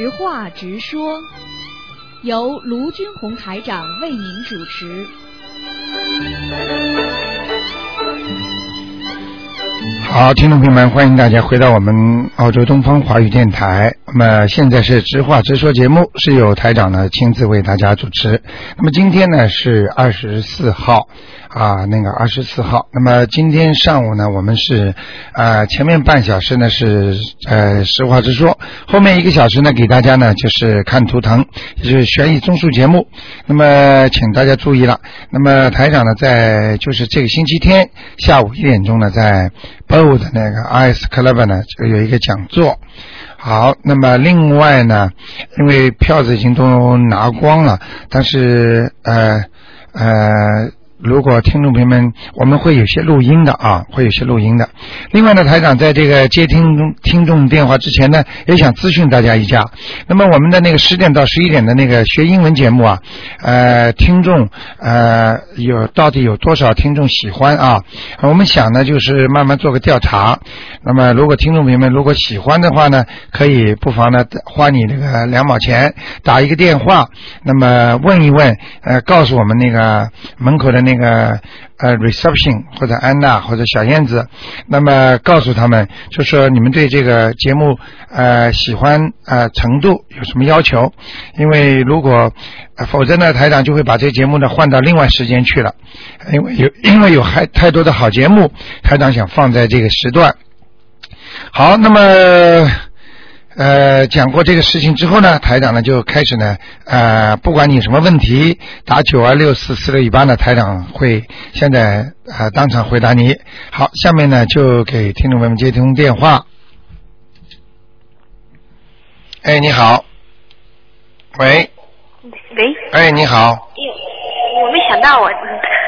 实话直说，由卢军红台长为您主持。 好，听众朋友们，欢迎大家回到我们澳洲东方华语电台。那么现在是直话直说节目，是由台长呢亲自为大家主持。那么今天呢是24号24号。那么今天上午呢，我们是前面半小时呢是实话直说，后面1个小时呢给大家呢就是看图腾，就是悬疑综述节目。那么请大家注意了，那么台长呢在就是这个星期天下午1点钟呢在BO 的那个 IS Club 呢就有一个讲座。好，那么另外呢，因为票子已经都拿光了，但是如果听众朋友们，我们会有些录音的啊，会有些录音的。另外呢，台长在这个接听众电话之前呢，也想咨询大家一下。那么我们的那个10点到11点的那个学英文节目啊，听众到底有多少听众喜欢啊？我们想呢，就是慢慢做个调查。那么如果听众朋友们如果喜欢的话呢，可以不妨呢花你那个2毛钱打一个电话，那么问一问，告诉我们那个门口的那个reception 或者安娜或者小燕子，那么告诉他们就说你们对这个节目喜欢程度有什么要求，因为如果否则呢台长就会把这个节目呢换到另外时间去了，因为有太多的好节目，台长想放在这个时段。好，那么讲过这个事情之后呢，台长呢就开始呢不管你有什么问题，打92644618呢，台长会现在当场回答你。好，下面呢就给听众朋友们接通电话。哎，你好。喂。 喂。 哎，你好。 我没想到我。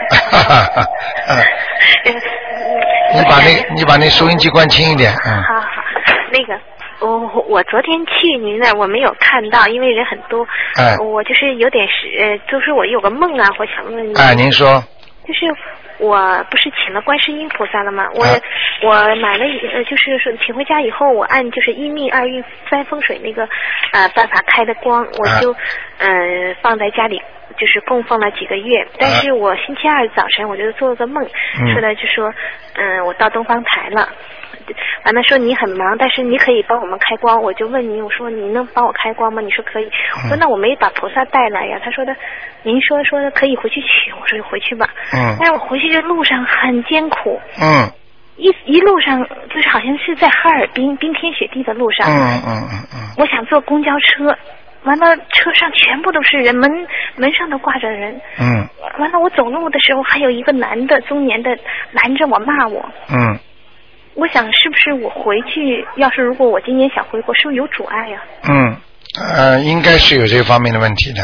你把那收音机关轻一点。 好，那个。我昨天去您那我没有看到，因为人很多。我就是有点就是我有个梦啊，我想问您。 您说。 就是我不是请了观世音菩萨了吗？我买了就是说请回家以后，我按就是1命2运3风水那个办法开的光，我就放在家里。就是供奉了几个月，但是我星期2早晨我就做了个梦，说的就说我到东方台了，完了说你很忙，但是你可以帮我们开光。我就问你，我说你能帮我开光吗？你说可以。我说那我没把菩萨带来呀。他说的您说的可以回去取。我说回去吧。但是我回去的路上很艰苦。一路上就是好像是在哈尔滨冰天雪地的路上。我想坐公交车。完了，车上全部都是人，门上都挂着人。完了，我走路的时候还有一个男的，中年的拦着我骂我。我想是不是我回去，如果我今年想回国，是不是有阻碍啊？ 应该是有这方面的问题的。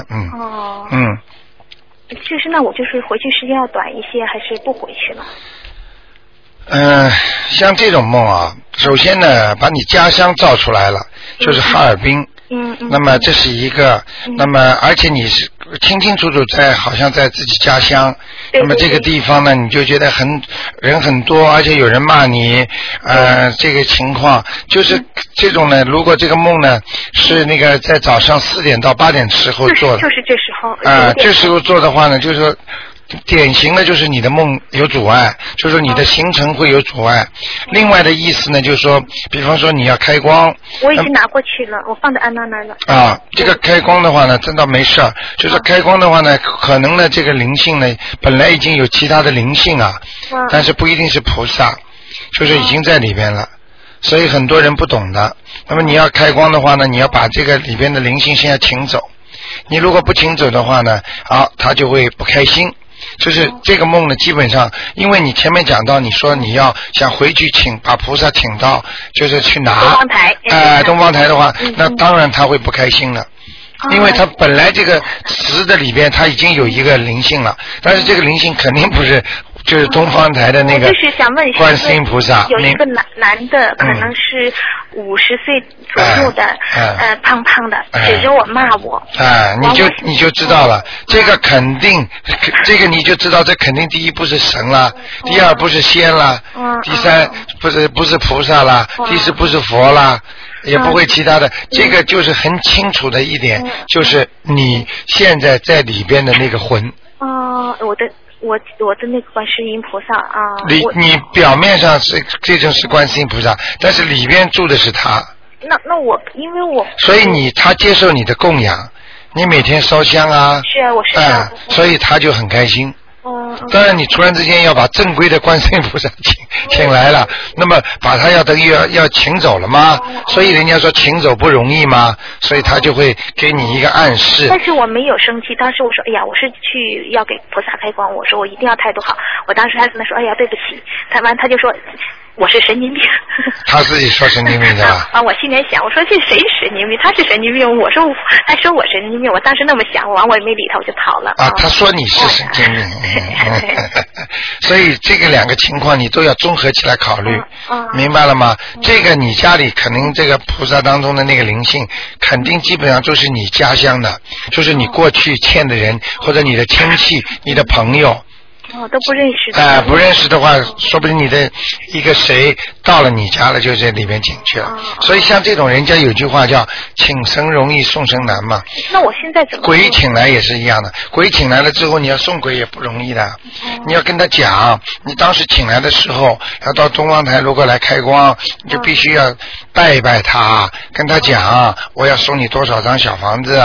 就是那我就是回去时间要短一些，还是不回去了？ 像这种梦啊，首先呢，把你家乡造出来了，就是哈尔滨。那么这是一个，那么而且你是清清楚楚好像在自己家乡，那么这个地方呢，你就觉得人很多，而且有人骂你，这个情况就是这种呢。如果这个梦呢是那个在早上4点到8点时候做的， 就是这时候这时候做的话呢，就是说。典型的就是你的梦有阻碍，就是说你的行程会有阻碍。另外的意思呢，就是说，比方说你要开光， 我已经拿过去了，我放在安娜那儿了。 这个开光的话呢，真倒没事儿。就是开光的话呢，可能呢这个灵性呢，本来已经有其他的灵性啊，但是不一定是菩萨，就是已经在里边了。所以很多人不懂的。那么你要开光的话呢，你要把这个里边的灵性先要请走。你如果不请走的话呢，他就会不开心。就是这个梦呢，基本上因为你前面讲到，你说你要想回去把菩萨请到，就是去拿东方台， 东方台的话，那当然他会不开心了。因为他本来这个词的里边他已经有一个灵性了，但是这个灵性肯定不是就是东方台的那个观世音菩萨。 有一个男的可能是50岁左右的，胖胖的，指着我骂我。 你就知道了，这个肯定，这个你就知道，这肯定第一不是神啦，第二不是仙啦，第三不是菩萨啦，第四不是佛啦。 也不会其他的，这个就是很清楚的一点，就是你现在在里边的那个魂。 我的那个观世音菩萨啊。 你表面上是这就是观世音菩萨，但是里边住的是他。 那我因为我。 所以他接受你的供养，你每天烧香啊。 是啊，我是啊。 所以他就很开心。当然，你突然之间要把正规的观世音菩萨请来了，那么把他等于要请走了吗？所以人家说请走不容易吗？所以他就会给你一个暗示。 但是我没有生气，当时我说，哎呀，我是去要给菩萨开光，我说我一定要态度好。我当时还跟他说，哎呀，对不起。他就说。我是神经病。 他自己说神经病的吧？ 我心里想，我说这谁神经病？他是神经病，他说我神经病，我当时那么想，我也没理他，我就跑了。 他说你是神经病。所以这个两个情况你都要综合起来考虑，明白了吗？这个你家里可能这个菩萨当中的那个灵性，肯定基本上都是你家乡的，就是你过去欠的人，或者你的亲戚、你的朋友。 都不认识的。 不认识的话，说不定你的一个谁到了你家了，就在里面进去了。所以像这种人家有句话叫请神容易送神难嘛。 那我现在怎么？ 鬼请来也是一样的，鬼请来了之后，你要送鬼也不容易的。你要跟他讲，你当时请来的时候，要到东方台如果来开光，你就必须要拜一拜他，跟他讲我要送你多少张小房子。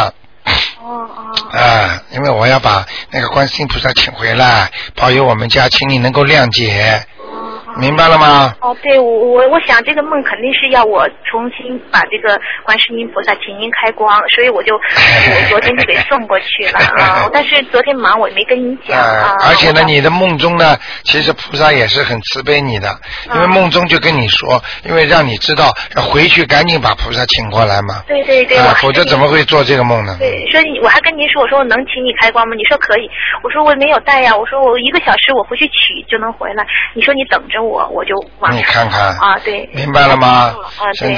因为我要把那个观世音菩萨请回来，保佑我们家，请你能够谅解。明白了吗？ 对，我想这个梦肯定是要我重新把这个观世音菩萨请您开光，所以我昨天就给送过去了但是昨天忙我也没跟你讲而且呢，你的梦中呢，其实菩萨也是很慈悲你的，因为梦中就跟你说，因为让你知道要回去赶紧把菩萨请过来嘛。 对， 否则怎么会做这个梦呢？ 对，所以我还跟您说，我说我能请你开光吗？你说可以，我说我没有带呀，我说我1个小时我回去取就能回来，你说你等着我就往你看看对， 明白了吗？现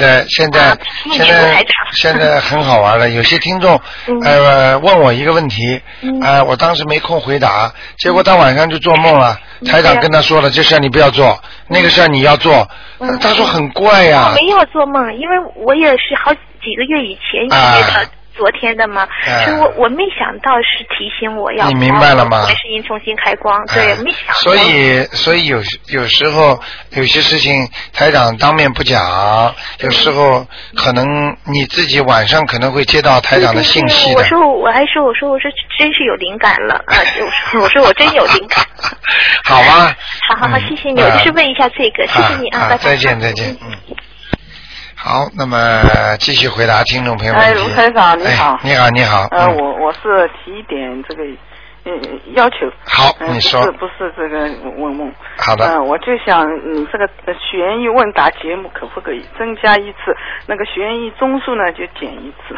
在很好玩了。有些听众问我一个问题，我当时没空回答，结果他晚上就做梦了。台长跟他说了，这事你不要做，那个事你要做。他说很怪呀。 我没有做梦，因为我也是好几个月以前昨天的嘛，所以我没想到是提醒我要。 你明白了吗？ 观世音重新开光，对，没想到。 所以有时候有些事情台长当面不讲，有时候可能你自己晚上可能会接到台长的信息的。 我说真是有灵感了我说我真有灵感。 好吗？ 好，谢谢你，我就是问一下这个，谢谢你拜拜。 再见。好，那么继续回答听众朋友问题。 卢台长你好。 你好。 我是提一点这个要求。 好，你说。 不是这个问梦。 好的。 我就想你这个悬疑问答节目可不可以增加一次，那个悬疑宗数呢就减一次。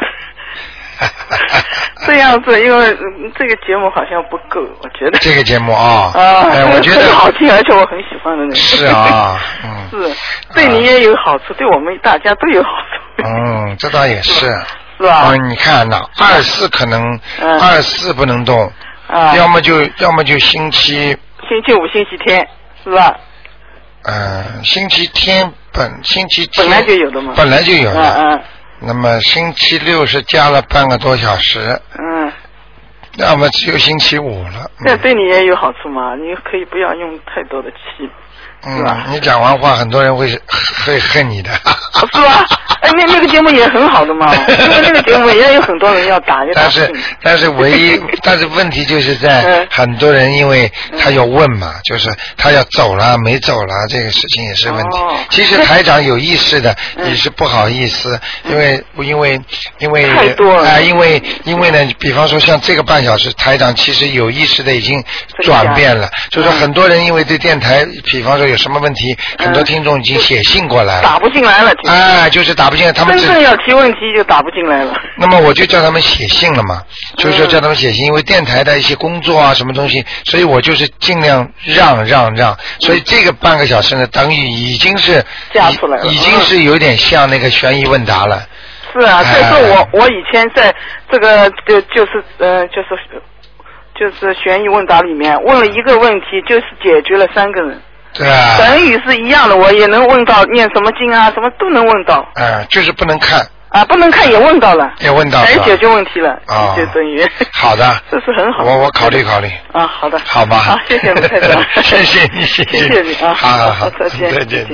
这样子，因为这个节目好像不够，我觉得。这个节目我觉得很好听，而且我很喜欢的那个。 是啊， 是，对你也有好处，对我们大家都有好处。 这倒也是。 是吧？ 你看呐，24可能24不能动，要么就星期五、星期天，是吧？ 星期天星期天本来就有的嘛。 本来就有的。那么星期六是加了半个多小时。要么只有星期五了。 这对你也有好处嘛？你可以不要用太多的气。 你讲完话，很多人会恨你的。 是吧？那个节目也很好的嘛，因为那个节目也有很多人要打。 但是问题就是在很多人，因为他要问嘛，就是他要走了没走了，这个事情也是问题。其实台长有意识的也是不好意思，因为太多了。 因为呢，比方说像这个半小时，台长其实有意识的已经转变了，就是很多人因为对电台，比方说有什么问题，很多听众已经写信过来了， 打不进来了。 就是打不进来，他们真正要提问题就打不进来了。 那么我就叫他们写信了嘛，就是说叫他们写信，因为电台的一些工作啊什么东西，所以我就是尽量让，所以这个半个小时呢，等于已经是加出来了， 已经是有点像那个悬疑问答了。 是啊，所以说我以前在这个就是悬疑问答里面问了一个问题，就是解决了3个人。 对啊， 等于是一样的，我也能问到念什么经啊，什么都能问到。 就是不能看。 啊，不能看也问到了， 也问到了， 才解决问题了，就等于好的， 这是很好。 我考虑考虑。 啊，好的， 好吧。 好，谢谢卢台长， 谢谢你，谢谢你啊， 好， 再见， 再见。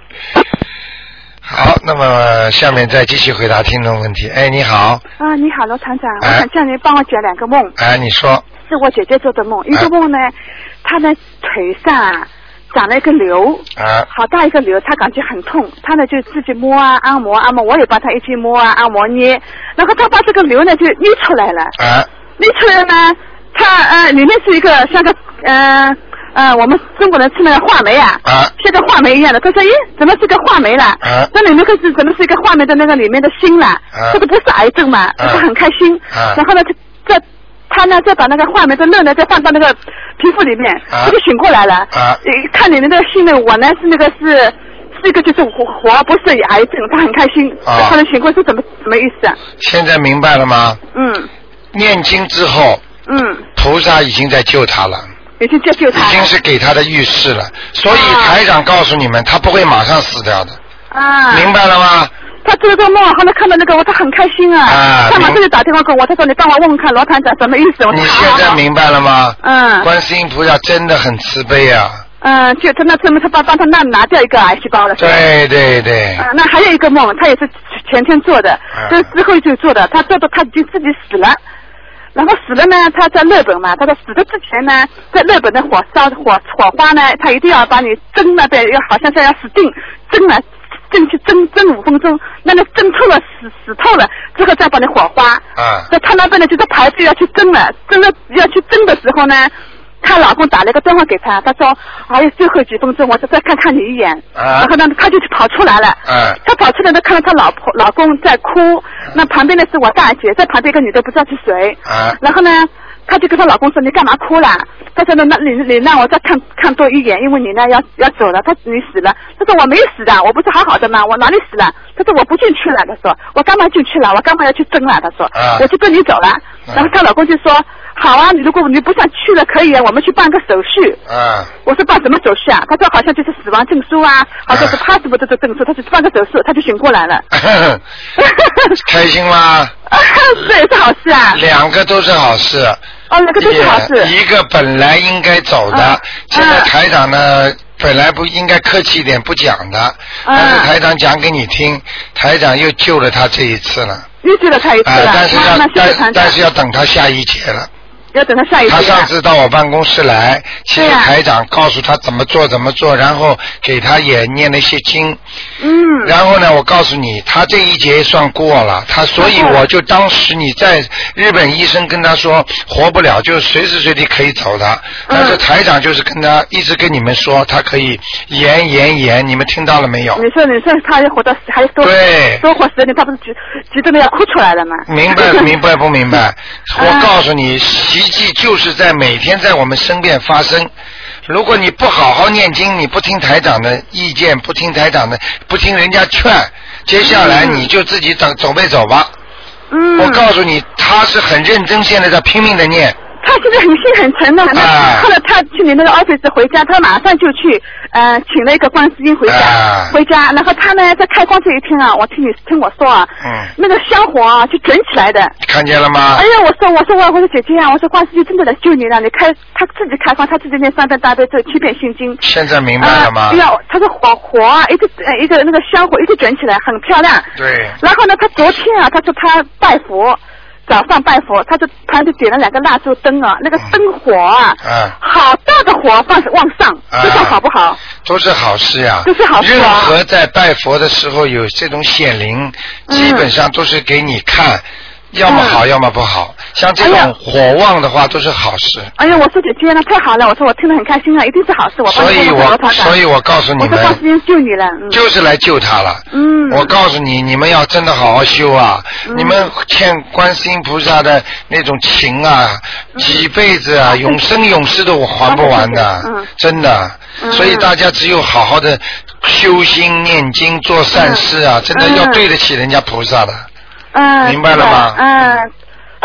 好，那么下面再继续回答听众问题。哎，你好。 啊，你好，罗团长，我想叫您帮我解2个梦。 你说。 是我姐姐做的梦，一个梦呢，她的腿上长了一个瘤，好大一个瘤，她感觉很痛，她呢就自己摸啊按摩，我也帮她一起摸啊按摩捏，然后她把这个瘤呢就捏出来了，捏出来呢，它里面是一个像个我们中国人吃那个话梅啊，像个话梅一样的，她说，咦，怎么是个话梅了？这里面可是怎么是一个话梅的那个里面的心了？这个不是癌症嘛？她很开心，然后呢，他呢，再把那个话梅的肉呢，再放到那个皮肤里面，他就醒过来了。看你那个心呢，我呢是那个是一个就是活，不是癌症，他很开心。他的醒过是什么意思啊？ 现在明白了吗？念经之后，菩萨已经在救他了。 已经在救他了。 已经是给他的预示了，所以台长告诉你们，他不会马上死掉的。明白了吗？ 他做这个梦，后来看到那个他很开心啊！他马上就打电话给我，他说你帮我问问看罗团长什么意思。 你现在明白了吗？观世音菩萨真的很慈悲啊。 就他那证明他帮他拿掉一个癌细胞了。 对对对。 那还有一个梦，他也是前天做的，这之后就做的，他做的他已经自己死了。然后死了呢，他在日本嘛，他说死的之前呢，在日本的火花呢，他一定要把你蒸那边，要好像是要使劲蒸了。蒸5分钟，那个蒸透了死透了，之后再把你火花。那他那边呢，就是排队要去蒸了，要去蒸的时候呢，她老公打了一个电话给她，他说还有最后几分钟，我再看看你一眼。然后呢，他就跑出来了。他跑出来呢，看到他老公在哭，那旁边呢是我大姐，在旁边一个女的不知道是谁。然后呢，她就跟她老公说：“你干嘛哭了？”她说：“那你让我再看多一眼，因为你呢要走了。”她你死了。她说：“我没死的，我不是好好的吗？我哪里死了？”她说：“我不进去了。”她说：“我干嘛进去了？我干嘛要去蒸了？”她说：“我就跟你走了。”然后她老公就说：“好啊，如果你不想去了，可以啊，我们去办个手续。”我说：“办什么手续啊？”她说：“好像就是死亡证书啊，好像是 passport 这个证书。”她就办个手续，她就醒过来了。 开心吗？ 这也是好事啊。 2个都是好事。 2个都是好事。 一个本来应该走的，现在台长呢本来不应该客气一点不讲的，但是台长讲给你听，台长又救了他这一次了。 又救了他一次了。 但是要等他下一节了。 要等他下一节。 他上次到我办公室来，其实台长告诉他怎么做，然后给他也念了一些经。然后呢，我告诉你，他这一节算过了，所以我就当时你在日本医生跟他说活不了，就随时随地可以走的。但是台长就是跟他一直跟你们说，他可以延，你们听到了没有？ 你说他要活到还多活10年，他不是急得要哭出来了吗？ 明白不明白？我告诉你，奇迹就是在每天在我们身边发生。如果你不好好念经，你不听台长的意见，不听台长的，不听人家劝，接下来你就自己走吧。我告诉你，他是很认真，现在在拼命的念。 他现在很心很诚的，后来他去你那个 office 回家，他马上就去请了一个观世音回家，然后他呢在开光这一天啊，我听我说啊，那个香火啊就卷起来的， 看见了吗？ 哎呀，我说姐姐啊，我说观世音真的来救你了，他自己开光，他自己念3遍大悲咒7遍心经。 现在明白了吗？ 他说火啊，一个那个香火一直卷起来，很漂亮。 对。然后呢，他昨天啊，他说他拜佛。早上拜佛，他就旁边点了2个蜡烛灯啊，那个灯火啊，好大的火往上，这算好不好？ 都是好事呀， 都是好事啊。 任何在拜佛的时候有这种显灵，基本上都是给你看。要么好，要么不好。像这种火旺的话，都是好事。 哎呀，我说姐姐，那太好了！我说我听得很开心啊，一定是好事。 所以我告诉你们， 我说观世音救你了， 就是来救他了。我告诉你，你们要真的好好修啊！你们欠观世音菩萨的那种情啊，几辈子啊，永生永世都还不完的，真的。所以大家只有好好的修心、念经、做善事啊，真的要对得起人家菩萨的。明白了吗？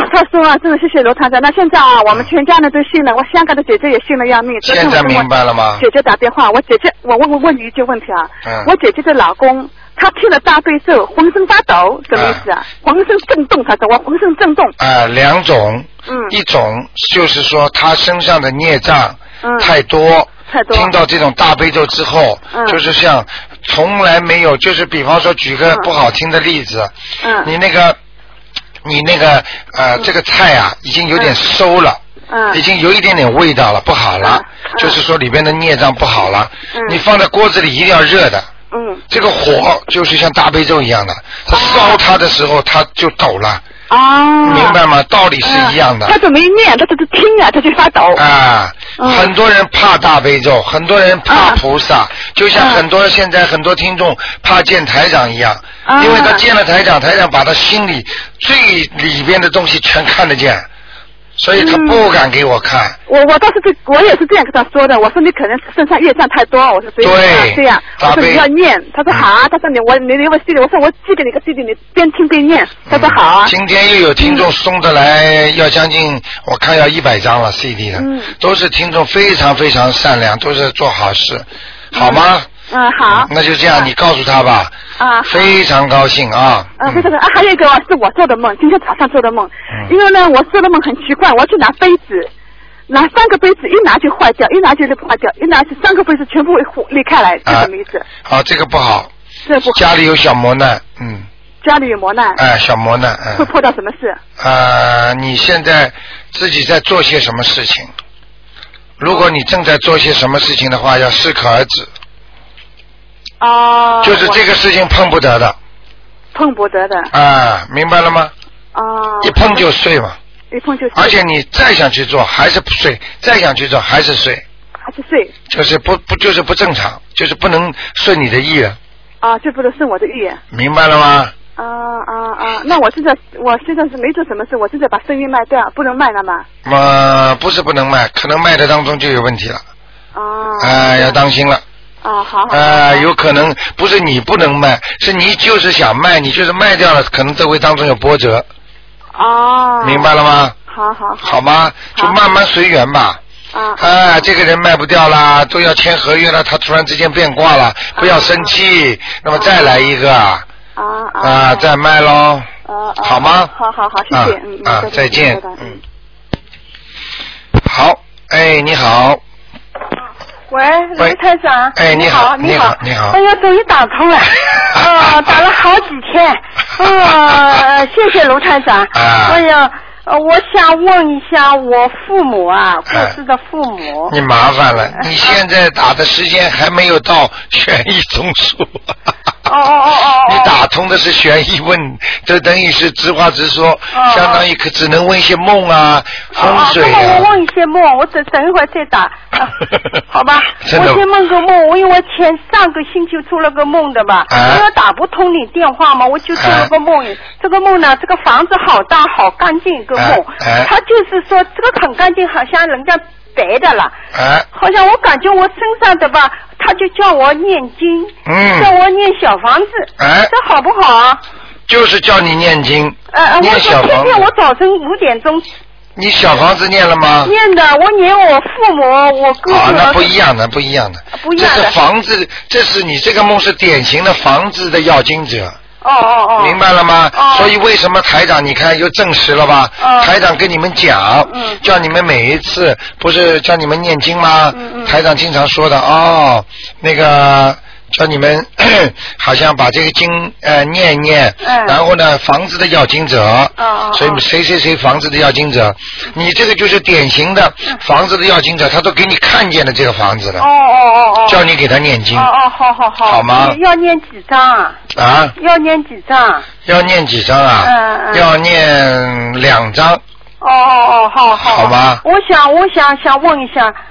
他说啊，真的谢谢罗台长。那现在啊，我们全家人都信了，我香港的姐姐也信了要命。 现在明白了吗？ 姐姐打电话，我问你一句问题啊，我姐姐的老公他听了大悲咒，浑身发抖，什么意思啊？浑身震动，他说我浑身震动。 两种，一种就是说他身上的孽障太多。听到这种大悲咒之后，就是像从来没有，就是比方说举个不好听的例子，你那个这个菜啊，已经有点馊了，已经有一点点味道了，不好了，就是说里边的孽障不好了，你放在锅子里一定要热的，这个火就是像大悲咒一样的，它烧它的时候它就抖了。明白吗？道理是一样的。 他怎么一念，他就听啊，他就发抖。 很多人怕大悲咒，很多人怕菩萨，就像现在很多听众怕见台长一样，因为他见了台长，台长把他心里最里边的东西全看得见。所以他不敢给我看。我倒是我也是这样跟他说的。我说你可能身上业障太多，我说所以这样。我说你要念，他说好啊。他说你给我 CD， 我说我寄给你个 CD， 你边听边念。他说好啊。 今天又有听众送的来，要将近我看要100张了 CD 的，都是听众非常非常善良，都是做好事，好吗？ 好。 那就这样，你告诉他吧。非常高兴啊！ 非常还有一个是我做的梦，今天早上做的梦。因为呢，我做的梦很奇怪，我去拿杯子，拿3个杯子，一拿就坏掉，一拿就坏掉，一拿就3个杯子全部裂开来，这什么意思？ 这个不好。 这不好。 家里有小磨难， 家里有磨难。 小磨难。 会碰到什么事？ 你现在自己在做些什么事情？如果你正在做些什么事情的话，要适可而止。就是这个事情碰不得的。 碰不得的。 明白了吗？一碰就碎嘛。 一碰就碎。 而且你再想去做还是不碎，再想去做还是碎。 还是碎。就是就是不正常，就是不能顺你的意了。 就不能顺我的意。 明白了吗？ 那我现在是没做什么事，我现在把生意卖掉，不能卖了吗？ 不是不能卖，可能卖的当中就有问题了。要当心了。 好。 有可能不是你不能卖，是你就是想卖，你就是卖掉了，可能这回当中有波折。明白了吗？好吗？就慢慢随缘吧。这个人卖不掉啦，都要签合约了，他突然之间变卦了，不要生气，那么再来一个。再卖咯。好吗？ 好，谢谢。 再见。好，你好。 喂，卢台长。 你好。哎呀，终于打通了。打了好几天。谢谢卢台长。哎呀，我想问一下我父母过世的父母。 你麻烦了，你现在打的时间还没有到悬疑综述。你打通的是悬疑问，这等于是直话直说，相当于只能问一些梦风水那么我问一些梦，我等一会儿再打。好吧。我先问个梦，因为我上个星期做了个梦的吧，因为打不通你电话嘛，我就做了个梦。这个梦呢，这个房子好大好干净一个梦，他就是说这个很干净，好像人家白的了，好像我感觉我身上的吧，他就叫我念经，叫我念小房子，这好不好啊？ 就是叫你念经，念小房子。 我说天天我早晨5点钟。 你小房子念了吗？ 念的，我念我父母，我哥哥。 那不一样的。这是房子，这是你这个梦是典型的房子的要经者。明白了吗？所以为什么台长你看又证实了吧？台长跟你们讲，叫你们每一次不是叫你们念经吗？台长经常说的那个叫你们好像把这个经念一念，然后呢房子的要经者，所以谁房子的要经者，你这个就是典型的房子的要经者，他都给你看见了这个房子了。叫你给他念经。好吗？ 要念几张啊？要念几张？ 要念几张啊？要念2张。 好。 好吧。 我想问一下，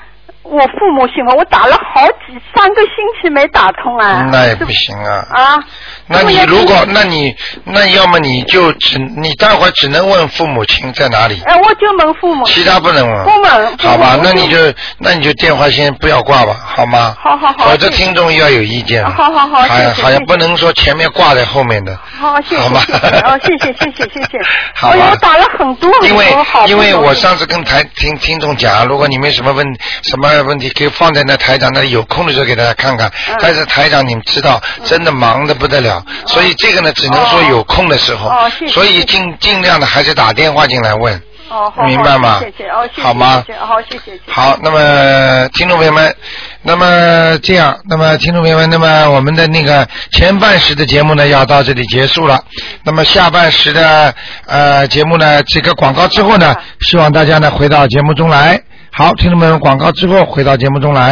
我父母信佛，我打了3个星期没打通啊。 那也不行啊。 啊。 那你如果，那要么你待会只能问父母亲在哪里。 我就问父母。 其他不能问。 不问。 好吧，那你就电话先不要挂吧，好吗？ 好。 否则听众要有意见。 好， 好像不能说前面挂在后面的。 好，谢谢。好吗？谢谢。 好吧。 我打了很多。 因为我上次跟听众讲，如果你们什么问题，可以放在那台长那里，有空的时候给大家看看。但是台长你们知道，真的忙得不得了。所以这个呢，只能说有空的时候，所以尽量的还是打电话进来问，明白吗？ 谢谢， 好吗？ 谢谢。 好，那么听众朋友们，那么这样，那么听众朋友们，那么我们的那个前半时的节目呢，要到这里结束了。那么下半时的节目呢，这个广告之后呢，希望大家呢回到节目中来。好，听众朋友们，广告之后回到节目中来。